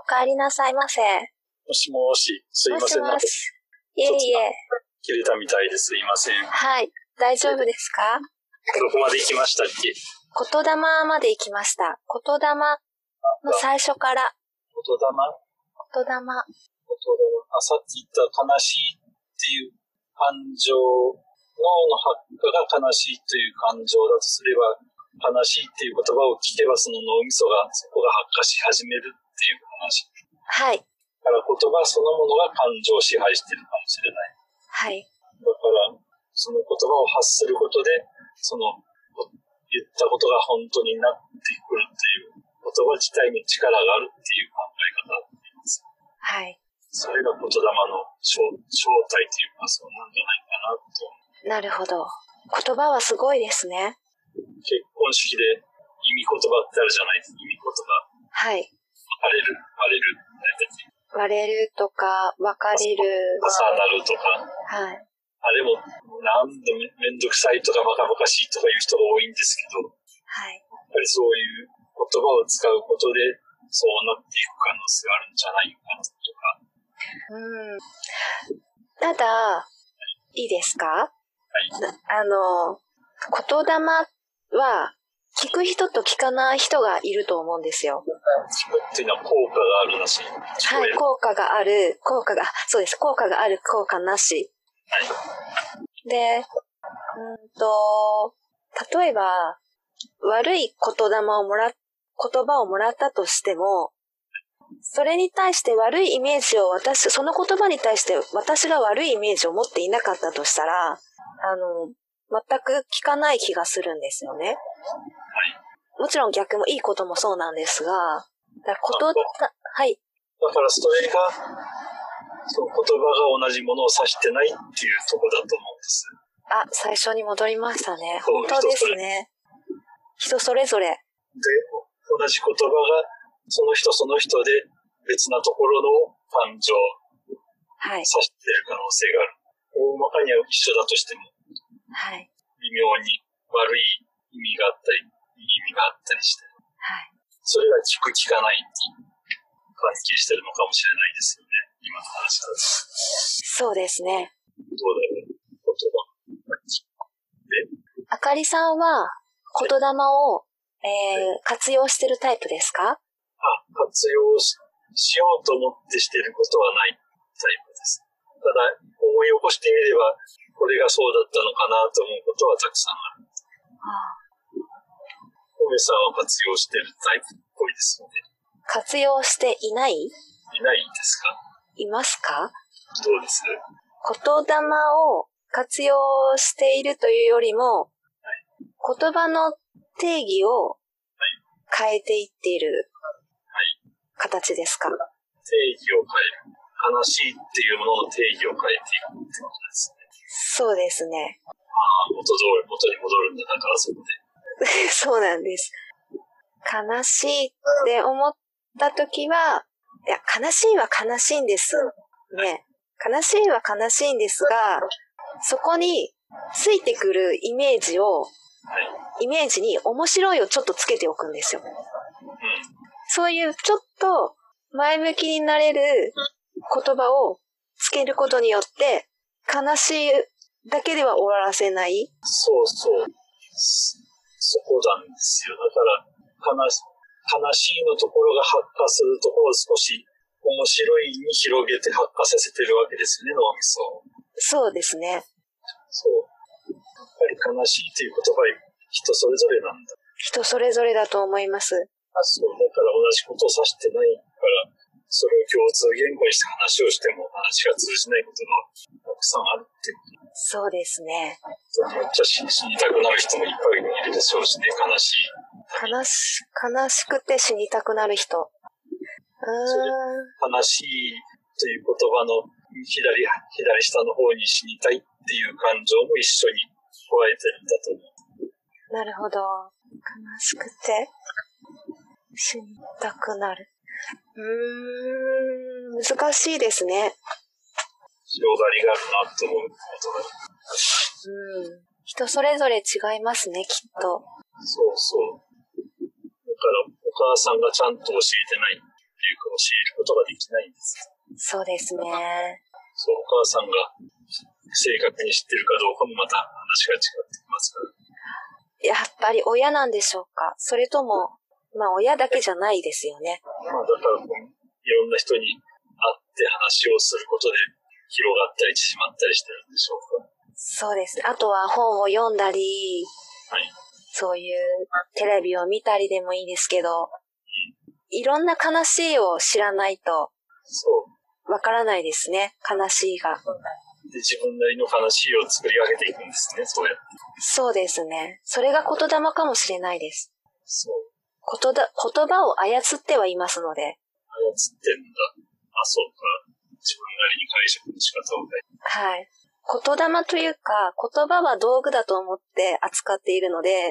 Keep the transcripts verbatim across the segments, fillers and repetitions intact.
帰りなさいませ。 もしもし、すいません。 もしもし。いえいえ。 切れたみたいですいません。 はい。大丈夫ですか？ どこまで行きましたっけ？ 言霊まで行きました。言霊の最初から。 言霊言霊。言霊。 あ、さっき言った悲しいっていう感情、脳の発火が悲しいという感情だとすれば、悲しいっていう言葉を聞けばその脳みそがそこが発火し始めるっていう話。 はい。 だから言葉そのものが感情を支配しているかもしれない。 はい。 だからその言葉を発することでその言ったことが本当になってくるっていう言葉自体に力があるっていう考え方だと思います。 はい。 それが言霊の正, 正体というかそうなんじゃないかなと。 なるほど。言葉はすごいですね。 結婚式で意味言葉ってあるじゃないですか。意味言葉。 はい。 割れる、割れる、 割れるとか、別れる。 重なるとか。 はい。 あれも、なんでめんどくさいとかバカバカしいとかいう人が多いんですけど、 はい。 やっぱりそういう言葉を使うことで、そうなっていく可能性があるんじゃないかとか。うん。ただ、いいですか？はい。あの、言霊は、聞く人と聞かない人がいると思うんですよ。 聞くっていうのは効果があるなし。 はい、効果がある、効果が、そうです、効果がある、効果なし。はい。で、うんと、例えば、悪い言霊をもら、言葉をもらったとしても、それに対して悪いイメージを私、その言葉に対して私が悪いイメージを持っていなかったとしたら、あの、全く聞かない気がするんですよね。もちろん逆もいいこともそうなんですが、だからことだ、はい。 だからそれが、その言葉が同じものを指してないっていうところだと思うんです。 あ、最初に戻りましたね。本当ですね。人それぞれ。で、 同じ言葉がその人その人で別なところの感情を指している可能性がある。大まかには一緒だとしても、 はい、 微妙に悪い意味があったり、いい意味があったりして、 はい、それが聞く聞かないに関係してるのかもしれないですよね。今の話だと。 そうですね。 どうだろう。言葉。 で、あかりさんは言霊を、えー、活用してるタイプですか？ あ、活用 し, しようと思ってしてることはないタイプです。ただ、思い起こしてみれば、これがそうだったのかなと思うことはたくさんある。はあ、おめさんは活用してるタイプっぽいですよね。 活用していない？いないですか？ いますか？ どうです？ 言霊を活用しているというよりも、はい、言葉の定義を変えていっている形ですか？ 定義を変える。悲しいっていうものの定義を変えていくってことですね。 そうですね。 ああ、元通り、元に戻るんだ、だからそこで。そうなんです。悲しいって思ったときは、いや、悲しいは悲しいんです。ね。悲しいは悲しいんですが、そこについてくるイメージを、はい、イメージに面白いをちょっとつけておくんですよ。うん、そういうちょっと前向きになれる言葉をつけることによって、悲しいだけでは終わらせない。 そうそう。そこなんですよ。だから悲し、悲しいのところが発火するところを少し面白いに広げて発火させてるわけですよね、脳みそを。そうですね。そう。やっぱり悲しいという言葉は人それぞれなんだ。 人それぞれだと思います。 あ、そう。だから同じことを指してないから、それを共通言語にして話をしても話が通じないことがたくさんあるってこと。 そうですね。 めっちゃ死にたくなる人もいっぱいいるでしょうしね、悲しい。 悲し、悲しくて死にたくなる人。うーん。悲しいという言葉の左、左下の方に死にたいっていう感情も一緒に加えてるんだと思う。 なるほど。悲しくて死にたくなる。うーん、難しいですね。 広がりがあるなと思うことが。 うん。人それぞれ違いますね、きっと。 そうそう。だからお母さんがちゃんと教えてないっていうかえることができないんです。 そうですね。 そう、お母さんが正確に知ってるかどうかもまた話が違ってきますから。 やっぱり親なんでしょうか？それとも、まあ親だけじゃないですよね。 まあだからこう、いろんな人に会って話をすることで広がったり縮まったりしてるんでしょうか。 そうです。あとは本を読んだり、 はい、 そういうテレビを見たりでもいいですけど、うん、いろんな悲しいを知らないと、そうわからないですね。悲しいが。 で、自分なりの悲しいを作り上げていくんですね、そうやって。 そうですね。それが言霊かもしれないです。 そう。 言だ言葉を操ってはいますので。 操ってんだ。あ、そうか。自分なりに解釈の仕方を変えはい。言霊というか、言葉は道具だと思って扱っているので、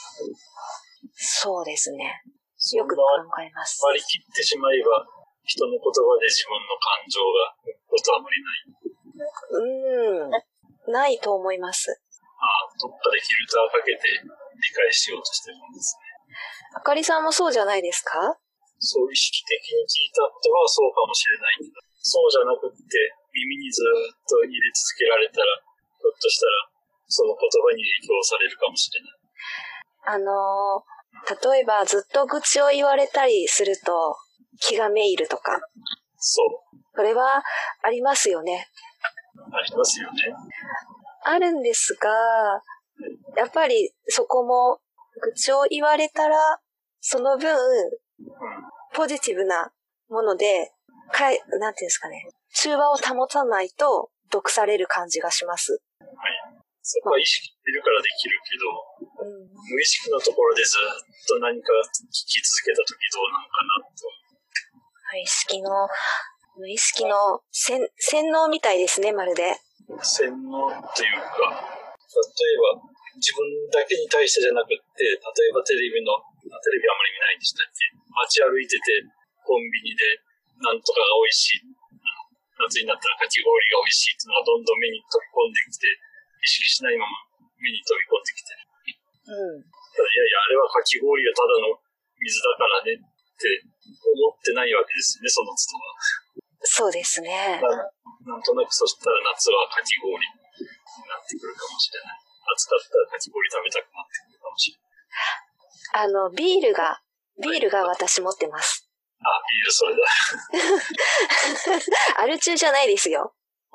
そうですね。よく考えます。 割り切ってしまえば、人の言葉で自分の感情がことはあまりない。 うーん。ないと思います。 ああ、どっかでフィルターかけて理解しようとしてるんですね。 あかりさんもそうじゃないですか？ そう意識的に聞いた言葉はそうかもしれないけど、そうじゃなくって耳にずっと入れ続けられたら、ひょっとしたらその言葉に影響されるかもしれない。 あのー、例えばずっと愚痴を言われたりすると気がめいるとか。 そう。 それはありますよね。 ありますよね。 あるんですが、やっぱりそこも愚痴を言われたら、その分、ポジティブなもので、かい、なんていうんですかね、中和を保たないと毒される感じがします。 はい。そこは意識してるからできるけど、うん、無意識のところでずっと何か聞き続けたときどうなのかなと。 無意識の、無意識の洗、洗脳みたいですね、まるで。 洗脳というか、例えば自分だけに対してじゃなくって、例えばテレビの、テレビあまり見ないんでしたっけ？街歩いてて、コンビニでなんとかが美味しい。夏になったらかき氷が美味しいっていうのがどんどん目に飛び込んできて、意識しないまま目に飛び込んできてる。うん。いやいや、あれはかき氷がただの水だからねって思ってないわけですよね、その人は。 そうですね。 な, なんとなくそしたら夏はかき氷になってくるかもしれない。暑かったらかき氷食べたくなってくるかもしれない。 あの、ビールが、ビールが私持ってます。 あ、ビールそれだ。 アル中じゃないですよ。うん、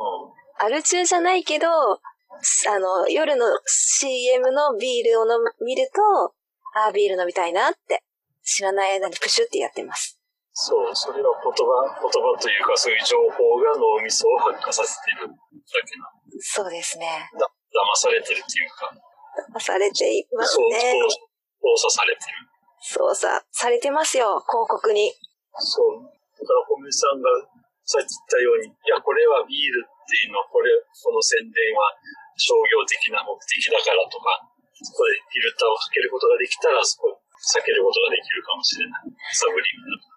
アル中じゃないけど、あの、夜の シーエム のビールを飲む見ると、あ、ビール飲みたいなって、知らない間にプシュってやってます。 そう、それは言葉、言葉というかそういう情報が脳みそを発火させているだけな。 そうですね。 だ、騙されてるっていうか。 騙されていますね。 操作されてる。 操作されてますよ、広告に。 そう。だから小梅さんがさっき言ったように、いや、これはビールっていうのは、これ、この宣伝は商業的な目的だからとか、そこでフィルターをかけることができたら、そこ避けることができるかもしれない。サブリミナル。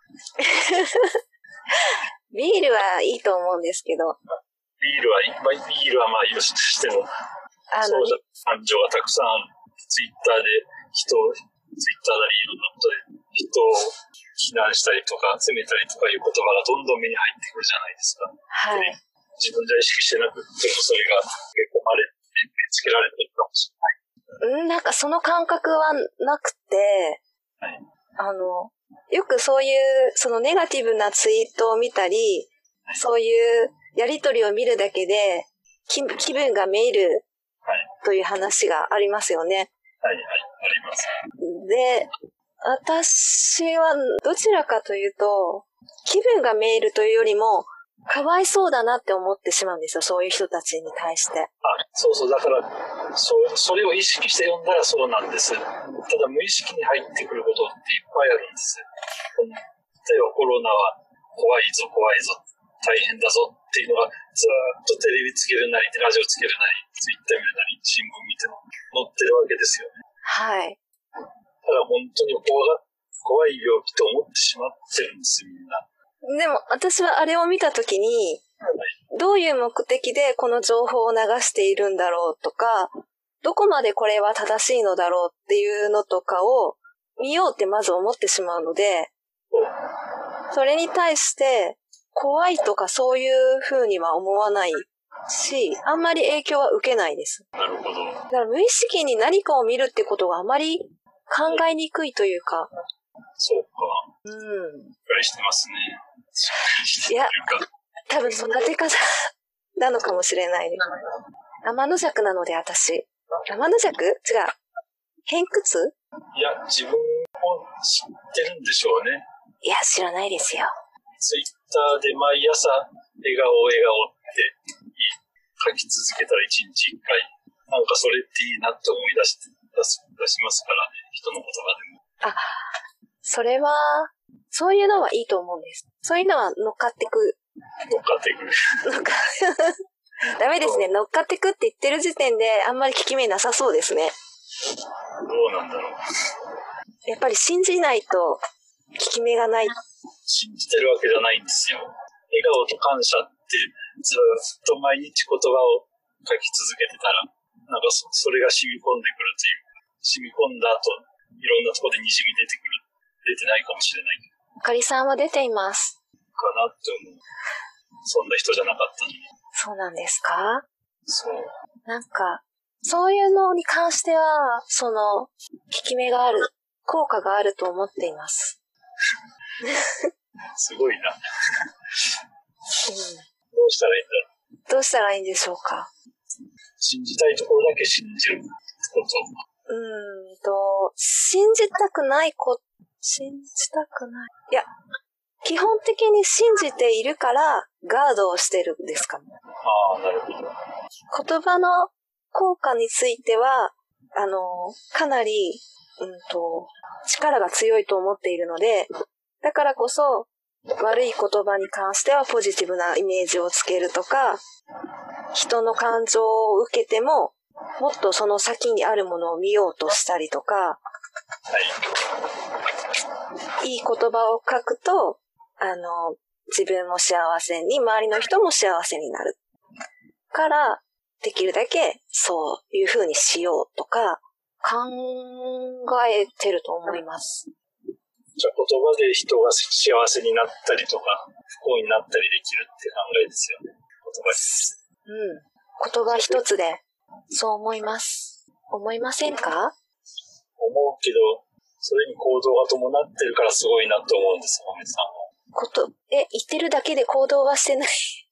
ビールはいいと思うんですけど。 ビールは、ビールはまあよしとしても、あのそうだ、感情がたくさん、ツイッターで人を、ツイッターなりいろんなことで人を非難したりとか、責めたりとかいう言葉がどんどん目に入ってくるじゃないですか。 はい。 自分じゃ意識してなくてもそれが結構まれてつけられてるかもしれない。 うん、なんかその感覚はなくて、はい、あの、よくそういう、そのネガティブなツイートを見たり、はい、そういうやりとりを見るだけで、気, 気分がめいるという話がありますよね。 はいはい、あります。 で、私はどちらかというと、気分がめいるというよりも、かわいそうだなって思ってしまうんですよ、そういう人たちに対して。 あ、そうそう、だから、そ, それを意識して読んだらそうなんです。ただ無意識に入ってくることっていっぱいあるんです。例えばコロナは怖いぞ怖いぞ、大変だぞっていうのがずっとテレビつけるなり、ラジオつけるなり、ツイッター見るなり、新聞見ても載ってるわけですよね。 はい。 ただ本当に怖が、怖い病気と思ってしまってるんですよ、みんな。 でも私はあれを見たときに、どういう目的でこの情報を流しているんだろうとか、どこまでこれは正しいのだろうっていうのとかを見ようってまず思ってしまうので、 それに対して怖いとかそういう風には思わないし、あんまり影響は受けないです。 なるほど。 だから無意識に何かを見るってことがあまり考えにくいというか。 そうか。 うん。しっかりしてますね。しっかりしてるか。 いや、多分育て方なのかもしれないです。天の弱なので私。天の弱？違う。偏屈？ いや、自分も知ってるんでしょうね。 いや、知らないですよ。 ツイッターで毎朝、笑顔笑顔って書き続けたら一日一回、なんかそれっていいなって思い出し、出す、出しますからね。人の言葉でも。あ、 それは、そういうのはいいと思うんです。そういうのは乗っかってく。 乗っかってく。 乗っかダメですね。乗っかってくって言ってる時点であんまり効き目なさそうですね。 どうなんだろう。 やっぱり信じないと効き目がない。 信じてるわけじゃないんですよ。笑顔と感謝ってずっと毎日言葉を書き続けてたら、なんか そ, それが染み込んでくるという、染み込んだ後、いろんなところでにじみ出てくる。出てないかもしれない。 あかりさんは出ています。 かなって思う。そんな人じゃなかったのに。 そうなんですか？ そう。 なんか、そういうのに関しては、その、効き目がある、効果があると思っています。 すごいな。うん、どうしたらいいんだろう。どうしたらいいんでしょうか。 信じたいところだけ信じること。 うーんと、信じたくないこ、信じたくない。いや、基本的に信じているからガードをしてるんですかね。 ああ、なるほど。 言葉の効果については、あの、かなり、うんと、力が強いと思っているので、だからこそ、悪い言葉に関してはポジティブなイメージをつけるとか、人の感情を受けても、もっとその先にあるものを見ようとしたりとか、はい、いい言葉を書くと、あの、自分も幸せに、周りの人も幸せになる。から、できるだけそういう風にしようとか、考えてると思います。 じゃあ言葉で人が幸せになったりとか、不幸になったりできるって考えですよね。言葉です。 うん。言葉一つで、そう思います。思いませんか？ 思うけど、それに行動が伴ってるからすごいなと思うんですよ、おめさんは。 こと、え、言ってるだけで行動はしてない。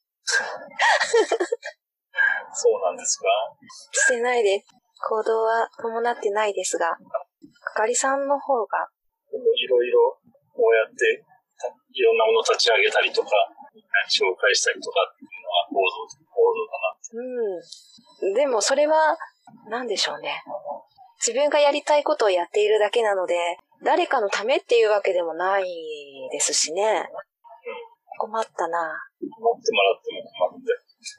そうなんですか？ してないです。行動は伴ってないですが、あかりさんの方が。 でもいろいろ、こうやって、いろんなものを立ち上げたりとか、紹介したりとかっていうのは行動、行動だなって。 うん。でもそれは、なんでしょうね。自分がやりたいことをやっているだけなので、誰かのためっていうわけでもないですしね。うん、困ったな。 困ってもらっても困るんで。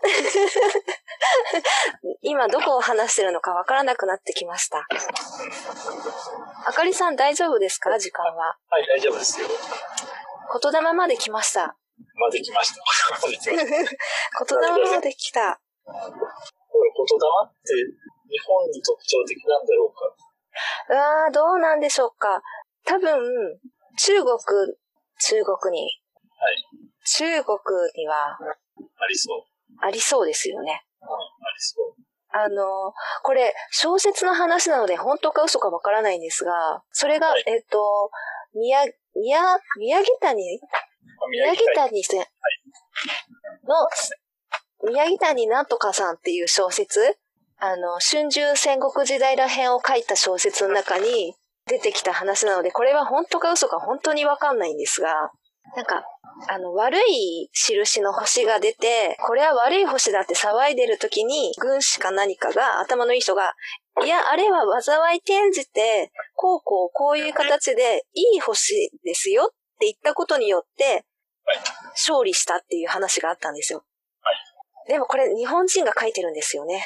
今どこを話してるのかわからなくなってきました。あかりさん大丈夫ですか？時間は。 はい、大丈夫ですよ。 言霊まで来ました。 まで来ました。言霊まで来た。 これ言霊って日本に特徴的なんだろうか？ うわー、どうなんでしょうか。多分、中国、中国に。 はい。 中国には。 ありそう。 ありそうですよね。 うん、ありそう。 あの、これ、小説の話なので、本当か嘘かわからないんですが、それが、はい、えっと、宮、宮、宮城谷宮城谷さんの、宮城谷なんとかさんっていう小説、あの、春秋戦国時代ら辺を書いた小説の中に出てきた話なので、これは本当か嘘か本当にわかんないんですが、なんか、あの、悪い印の星が出て、これは悪い星だって騒いでる時に、軍師か何かが、頭のいい人が、いや、あれは災い転じて、こうこうこういう形で、いい星ですよって言ったことによって、勝利したっていう話があったんですよ。でもこれ、日本人が書いてるんですよね。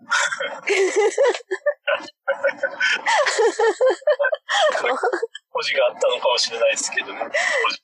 文字があったのかもしれないですけどね。だから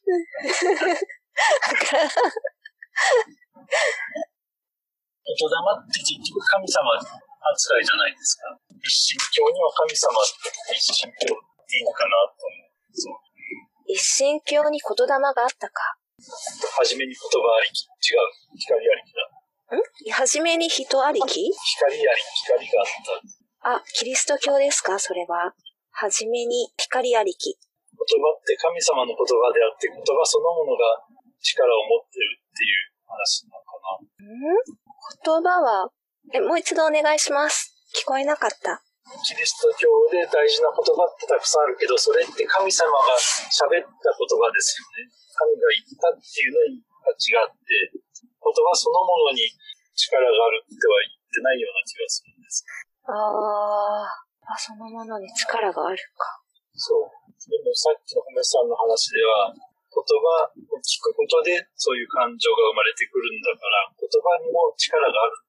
言霊って結局神様扱いじゃないですか。一神教には神様って一神教っていいのかなと思う。そう。 い一神教に言霊があったか。 はじめに言葉ありき。違う。光ありきだ。 ん？はじめに人ありき？ 光ありき。光があった。 あ、キリスト教ですか、それは。はじめに光ありき。 言葉って神様の言葉であって、言葉そのものが力を持ってるっていう話なのかな。 ん？言葉は、え、もう一度お願いします。聞こえなかった。 キリスト教で大事な言葉ってたくさんあるけど、それって神様が喋った言葉ですよね。神が言ったっていうのに違って、言葉そのものに力があるっては言ってないような気がするんです。 ああ、そのものに力があるか。 そう。でもさっきの褒めさんの話では、言葉を聞くことでそういう感情が生まれてくるんだから、言葉にも力がある。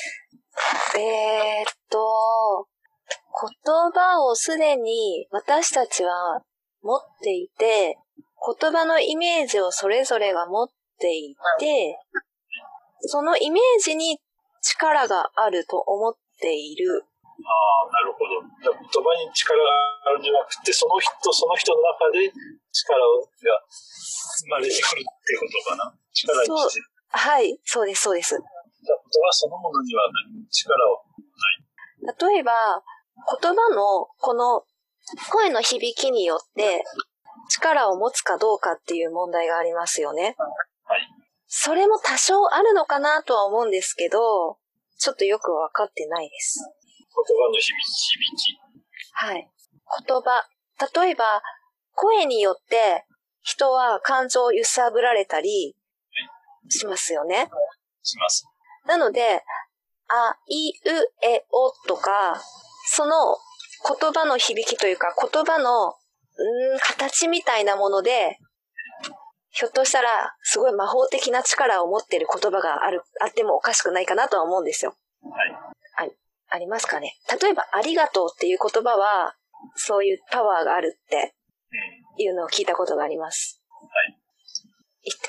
えーっと、言葉をすでに私たちは持っていて、言葉のイメージをそれぞれが持っていて、そのイメージに力があると思っている。 ああ、なるほど。言葉に力があるんじゃなくて、その人その人の中で力が生まれてくるってことかな。力にしてる。 はい、そうです、そうです。 言葉そのものには力はない。例えば、言葉のこの声の響きによって力を持つかどうかっていう問題がありますよね。 はい。それも多少あるのかなとは思うんですけど、ちょっとよくわかってないです。 言葉の響き、響き。 はい。言葉。例えば、声によって人は感情を揺さぶられたりしますよね。 します。 なので、あ、いう、え、おとか、その言葉の響きというか、言葉の、うーん、形みたいなもので、ひょっとしたら、すごい魔法的な力を持っている言葉がある、あってもおかしくないかなとは思うんですよ。 はい。 あ、ありますかね。例えば、ありがとうっていう言葉は、そういうパワーがあるっていうのを聞いたことがあります。 はい。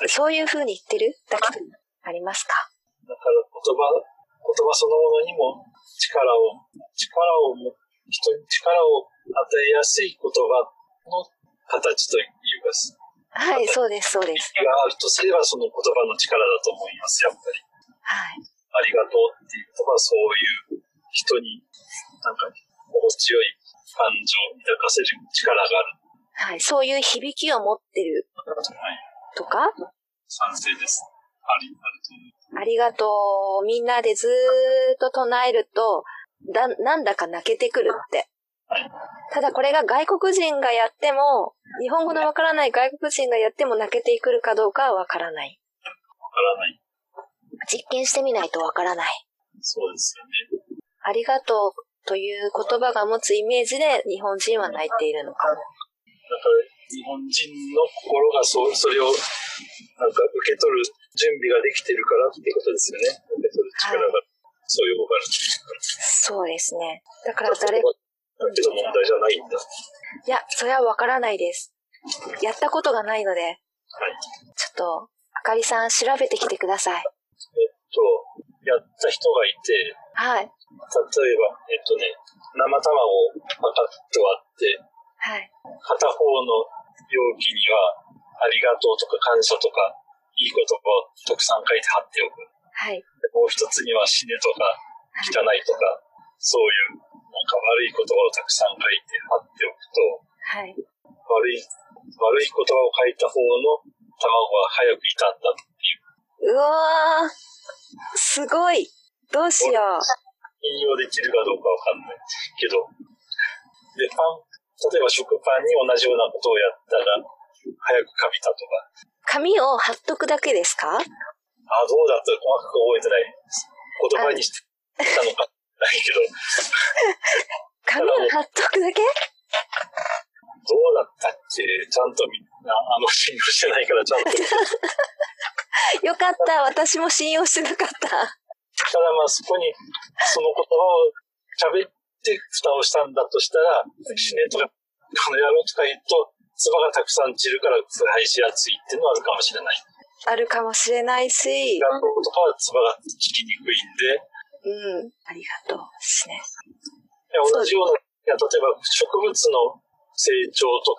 そういう風に言ってるだけありますか。 だから言葉、言葉そのものにも力を、力をも、人に力を与えやすい言葉の形というか、 はい、そうです、そうです。 があるとすればその言葉の力だと思います、やっぱり。 はい。 ありがとうっていう言葉はそういう人になんか心地よい感情を抱かせる力がある。 はい、そういう響きを持ってる。 はい。 とか？ 賛成です。あり、あると思う。 ありがとう。みんなでずーっと唱えると、だ、なんだか泣けてくるって。 はい。 ただこれが外国人がやっても、日本語のわからない外国人がやっても泣けてくるかどうかはわからない。 わからない。 実験してみないとわからない。 そうですよね。 ありがとうという言葉が持つイメージで日本人は泣いているのかも。 だから日本人の心がそう、それをなんか受け取る準備ができてるからってことですよね。受け取る力が、はい、そういう方がある。 そうですね。だから誰か。 だけど問題じゃないんだ。 いや、それはわからないです。やったことがないので、はい、ちょっと、あかりさん調べてきてください。 えっと、やった人がいて、 はい。例えば、えっとね、生卵をパカッと割って、 はい。 片方の容器には、ありがとうとか感謝とか、いい言葉をたくさん書いて貼っておく。 はい。 もう一つには死ねとか、汚いとか、はい、そういう、なんか悪い言葉をたくさん書いて貼っておくと、はい。悪い、悪い言葉を書いた方の卵は早く傷んだっていう。 うわー、すごい。どうしよう。 引用できるかどうかわかんないけど。で、パン、例えば食パンに同じようなことをやったら、早くカビたとか。 紙を貼っとくだけですか？ あ、どうだったら細かく覚えてない。言葉にしてたのかないけど。 紙を貼っとくだけ？ どうだったっけ？ちゃんとみんな、あの、信用してないからちゃんと。 よかった。私も信用してなかった。 ただまあそこに、その言葉を喋って蓋をしたんだとしたら、死ねとか、この野郎とか言うと、唾がたくさん散るから腐敗しやすいっていうのはあるかもしれない。 あるかもしれないし。 ありがとうとかは唾が散りにくいんで。 うん。ありがとうですね。 同じような、いや例えば植物の成長とか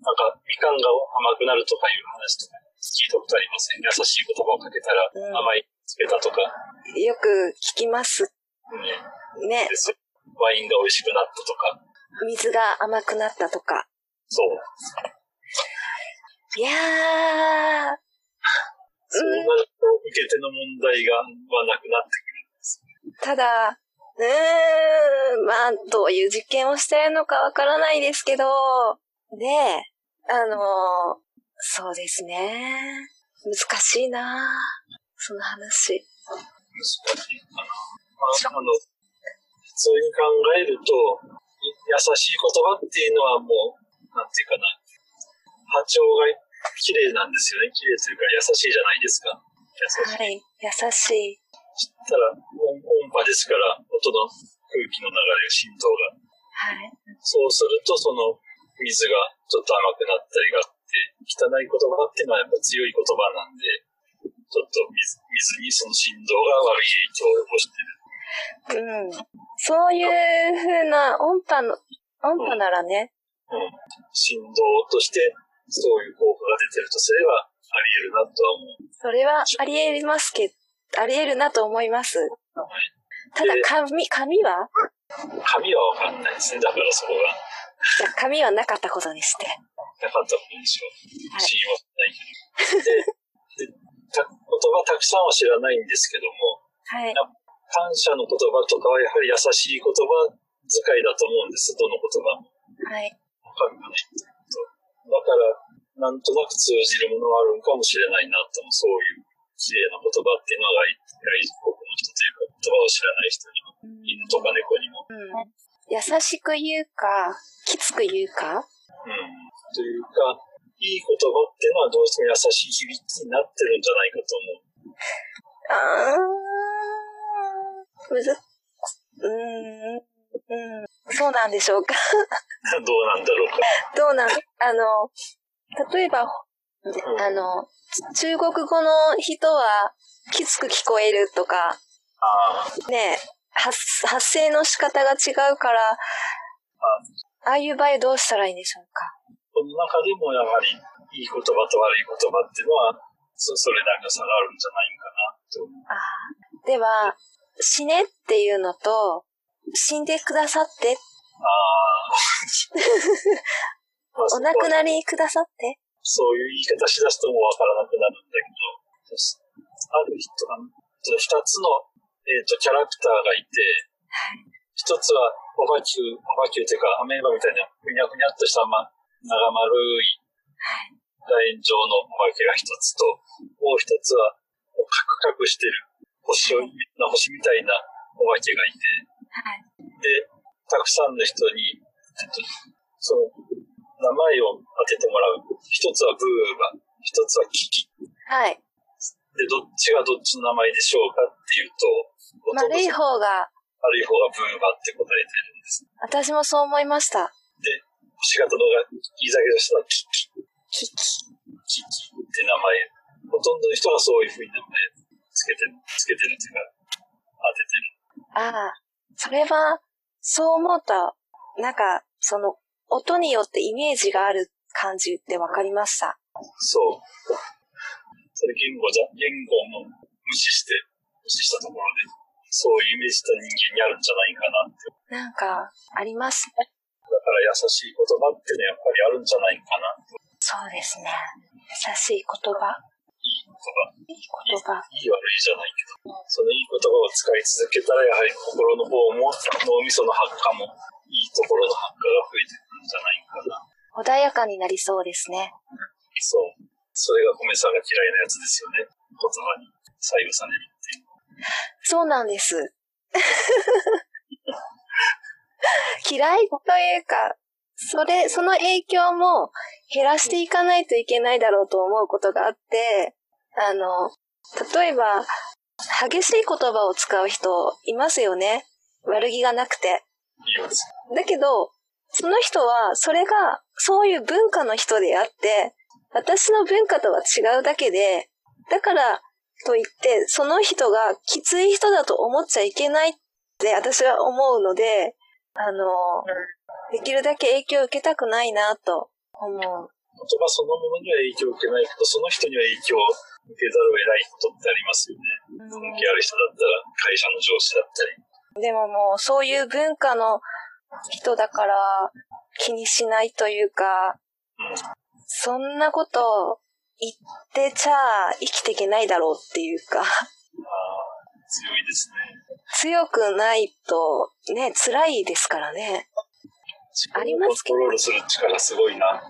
なんか、みかんが甘くなるとかいう話とか聞いたことありません？優しい言葉をかけたら甘いつけたとか。 うん、よく聞きます。 うん、 ね。 ワインが美味しくなったとか。 水が甘くなったとか。 そう。 いやー。 そうなると、受け手の問題が、はなくなってくるんです。 ただ、うーん、まあ、どういう実験をしてるのかわからないですけど、ねえ、あの、そうですね。難しいなその話。 難しいかな。まあ、あの、普通に考えると、優しい言葉っていうのはもう、なんていうかな、波長が綺麗なんですよね。綺麗というか優しいじゃないですか。 優しい。はい、優しい。 そしたら音、音波ですから、音の空気の流れ、振動が。 はい。 そうすると、その水がちょっと甘くなったりがあって、汚い言葉っていうのはやっぱ強い言葉なんで、ちょっと 水, 水にその振動が悪い影響を及ぼしてる。 うん。そういう風な音波の、音波ならね。 うん。うん、振動として、そういう効果が出てるとすれば、あり得るなとは思う。 それはあり得ますけど、あり得るなと思います。はい、ただ、紙、紙は紙はわかんないですね。だからそこが。 じゃあ、紙はなかったことにして。 なかったことにしよう。信用ないけど。で、でた、言葉たくさんは知らないんですけども、 はい。 感謝の言葉とかはやはり優しい言葉遣いだと思うんです。どの言葉も。 はい。 わかるかね。だから、なんとなく通じるものはあるのかもしれないなとも、そういう綺麗な言葉っていうのが外国の人というか言葉を知らない人にも、犬とか猫にも、 うん。優しく言うか、きつく言うか、 うん。というか、いい言葉っていうのはどうしても優しい響きになってるんじゃないかと思う。 あー、むずっ、うーん、うん、そうなんでしょうか。 どうなんだろうか。 どうなん、あの、例えば、あの、中国語の人はきつく聞こえるとか、 あねえ、発、発声の仕方が違うから、あ, ああいう場合どうしたらいいんでしょうか。 この中でもやはり、いい言葉と悪い言葉っていうのは、そ, それなりの差があるんじゃないかなと思う。 ああ、では、死ねっていうのと、死んでくださって。 ああ。 お亡くなりくださって。 そういう言い方しだすともうわからなくなるんだけど、ある人が、二つの、えーと、キャラクターがいて、 はい、 一つはオバキュー、オバキューというかアメーバみたいなふにゃふにゃっとした、ま、長丸い楕円状のお化けが一つと、もう一つはカクカクしてる星を、星みたいなお化けがいて、 はい、 で、たくさんの人に、えっと、その名前を当ててもらう。一つはブーバ、一つはキキ。 はい。 で、どっちがどっちの名前でしょうかっていうと、 悪い方が、 悪い方がブーバって答えてるんです。 私もそう思いました。 で、星型のが言い下げの人はキキ。 キキ。 キキって名前。ほとんどの人がそういうふうに名前つけてる、つけてるっていうか、当ててる。 ああ、それは、そう思うと、なんか、その、音によってイメージがある感じって分かりました。 そう。それ言語じゃ、言語も無視して、無視したところで、そういうイメージした人間にあるんじゃないかなって。 なんか、ありますね。 だから優しい言葉ってね、やっぱりあるんじゃないかなと。 そうですね。優しい言葉。 いい言葉。 いい言葉。 いい悪いじゃないけど、そのいい言葉を使い続けたら、やはり心の方も、脳みその発火も、いいところの発火が増えてくるんじゃないかな。 穏やかになりそうですね。 そう。それが米さんが嫌いなやつですよね。言葉に左右されるっていう。 そうなんです。嫌いというか、それ、その影響も減らしていかないといけないだろうと思うことがあって、あの、例えば、激しい言葉を使う人いますよね。悪気がなくて。 います。 だけど、その人は、それが、そういう文化の人であって、私の文化とは違うだけで、だからといって、その人がきつい人だと思っちゃいけないって私は思うので、あの、できるだけ影響を受けたくないなと思う。 言葉そのものには影響を受けないけど、その人には影響を受けざるを得ないことってありますよね。関係ある人だったら、会社の上司だったり。 でももう、そういう文化の人だから気にしないというか、うん、そんなこと言ってちゃ生きていけないだろうっていうか。ああ、 強いですね。 強くないとね、辛いですからね。ありますけど。 コントロールする力すごいな。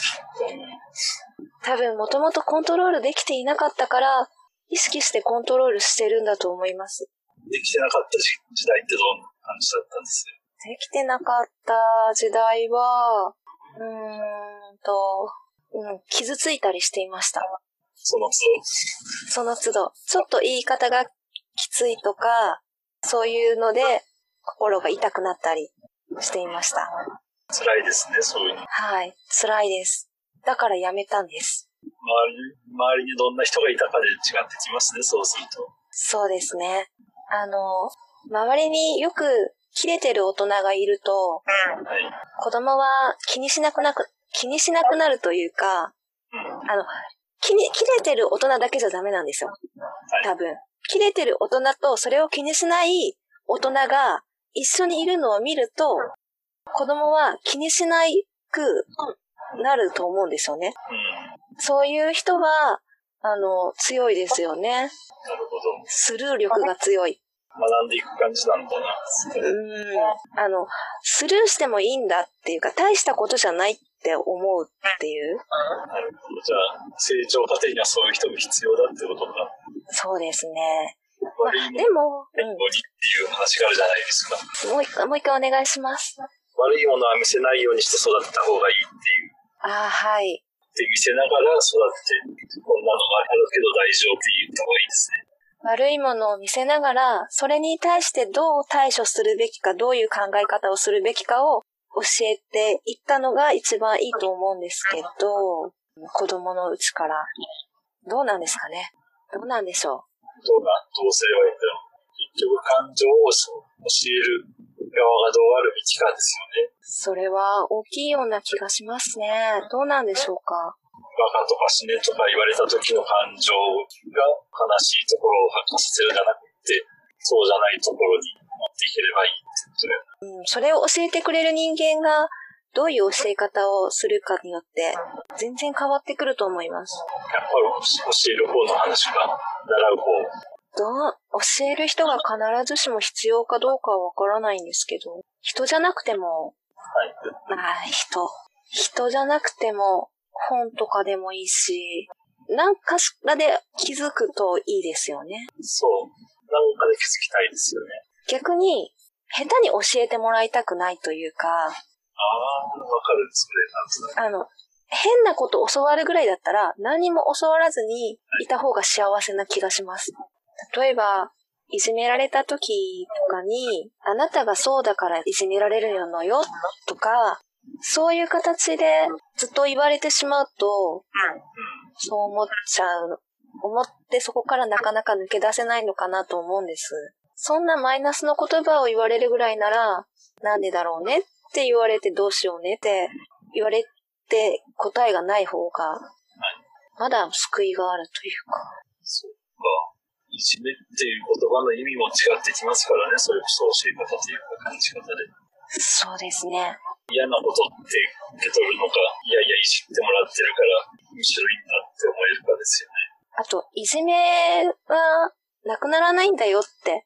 多分もともとコントロールできていなかったから、意識してコントロールしてるんだと思います。 できてなかった時代ってどんな感じだったんですよ。 できてなかった時代は、うーんと、うん、傷ついたりしていました。 その都度。その都度。ちょっと言い方がきついとか、そういうので心が痛くなったりしていました。 辛いですね、そういうの。 はい、辛いです。だからやめたんです。 周り、周りにどんな人がいたかで違ってきますね、そうすると。 そうですね。あの、周りによくキレてる大人がいると、はい、子供は気にしなくなく、気にしなくなるというか、うん、あの、気に、キレてる大人だけじゃダメなんですよ。多分。キレてる大人とそれを気にしない大人が一緒にいるのを見ると、子供は気にしなくなると思うんですよね。うん、そういう人は、あの、強いですよね。なるほど。 スルー力が強い。 学んでいく感じなんだな。 うん。あの、スルーしてもいいんだっていうか、大したことじゃないって思うっていう。 なるほど。じゃあ、成長過程にはそういう人も必要だってことか。 そうですね。 悪いもの、 でも、 うん、っていう話があるじゃないですか。 もう一回、もう一回お願いします。 悪いものは見せないようにして育った方がいいっていう。 ああ、はい。 で、見せながら育って、こんなのがあるけど大丈夫って言った方がいいですね。 悪いものを見せながら、それに対してどう対処するべきか、どういう考え方をするべきかを教えていったのが一番いいと思うんですけど、子供のうちから。どうなんですかね。どうなんでしょう。 どうな、どうすればいいんだろう。結局感情を教える側がどうあるべきかですよね。 それは大きいような気がしますね。どうなんでしょうか。 バカとか死ねとか言われた時の感情が悲しいところを発揮させるんじゃなくて、そうじゃないところに持っていければいいってことで。 うん、それを教えてくれる人間がどういう教え方をするかによって全然変わってくると思います。 やっぱり教える方の話か、習う方。 どう教える人が必ずしも必要かどうかはわからないんですけど、人じゃなくても、はい、まあ人、人じゃなくても本とかでもいいし、何かしらで気づくといいですよね。 そう。何かで気づきたいですよね。 逆に、下手に教えてもらいたくないというか、ああ、 わかる、それなんですね。 あの、変なこと教わるぐらいだったら、何も教わらずにいた方が幸せな気がします。例えば、いじめられた時とかに、あなたがそうだからいじめられるのよとか、そういう形でずっと言われてしまうと、そう思っちゃう。思ってそこからなかなか抜け出せないのかなと思うんです。そんなマイナスの言葉を言われるぐらいなら、なんでだろうねって言われてどうしようねって言われて答えがない方が、まだ救いがあるというか。 そうか。いじめっていう言葉の意味も違ってきますからね、それこそ教え方というか感じ方で。 そうですね。 嫌なことって受け取るのか、いやいやいじってもらってるから面白いんだって思えるかですよね。 あと、いじめはなくならないんだよって、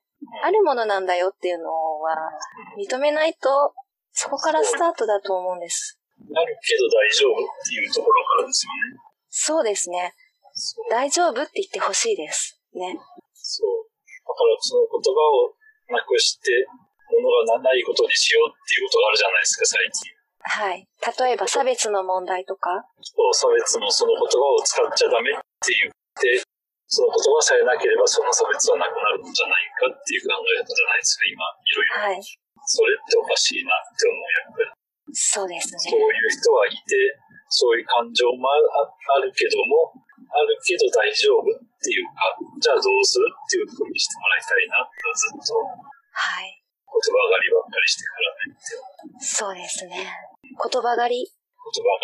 うん、あるものなんだよっていうのは認めないと、そこからスタートだと思うんです。 あるけど大丈夫っていうところからですよね。 そうですね。大丈夫って言ってほしいです。ね。 そう。だからその言葉をなくして、ものがないことにしようっていうことがあるじゃないですか、最近。 はい。例えば差別の問題とか。 そう、差別もその言葉を使っちゃダメって言って、その言葉さえなければその差別はなくなるんじゃないかっていう考え方じゃないですか、今、いろいろ。はい。それっておかしいなって思う、やっぱり。 そうですね。 そういう人はいて、そういう感情もあるけども、あるけど大丈夫っていうか、じゃあどうするっていうふうにしてもらいたいなってずっと。 はい。 言葉狩りばっかりしてからねって。 そうですね。言葉狩り。 言葉狩り。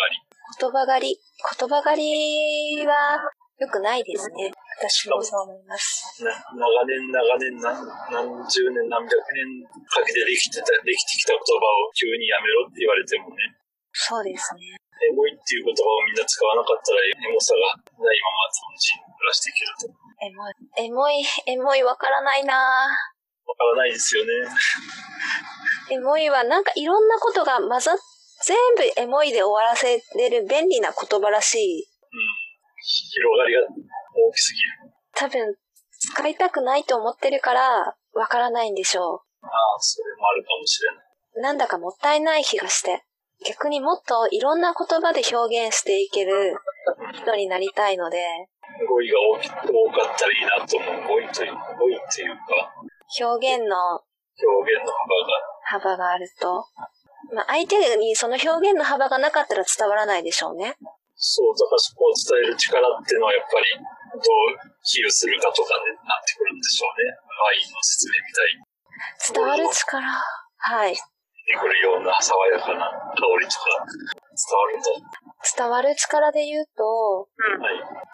言葉狩り。言葉狩りは良くないですね。私もそう思います。 な長年長年何、何十年何百年かけてできてた、できてきた言葉を急にやめろって言われてもね。 そうですね。 エモいっていう言葉をみんな使わなかったらエモさがないまま楽しんで暮らしていけると。 エモい、エモい、エモいわからないなぁ。 わからないですよね。 エモいはなんかいろんなことが混ざっ、全部エモいで終わらせれる便利な言葉らしい。 うん。広がりが大きすぎる。 多分、使いたくないと思ってるから、わからないんでしょう。 ああ、それもあるかもしれない。 なんだかもったいない気がして。逆にもっといろんな言葉で表現していける人になりたいので。 語彙が多かったらいいなと思う。語彙というか、語彙っていうか。 表現の、 表現の幅が。幅があると。まあ、相手にその表現の幅がなかったら伝わらないでしょうね。 そう、だからそこを伝える力っていうのはやっぱりどう比喩するかとかでなってくるんでしょうね。愛の説明みたいに。 伝わる力。はい。 出てくるような爽やかな香りとか伝わると。 伝わる力で言うと、 はい。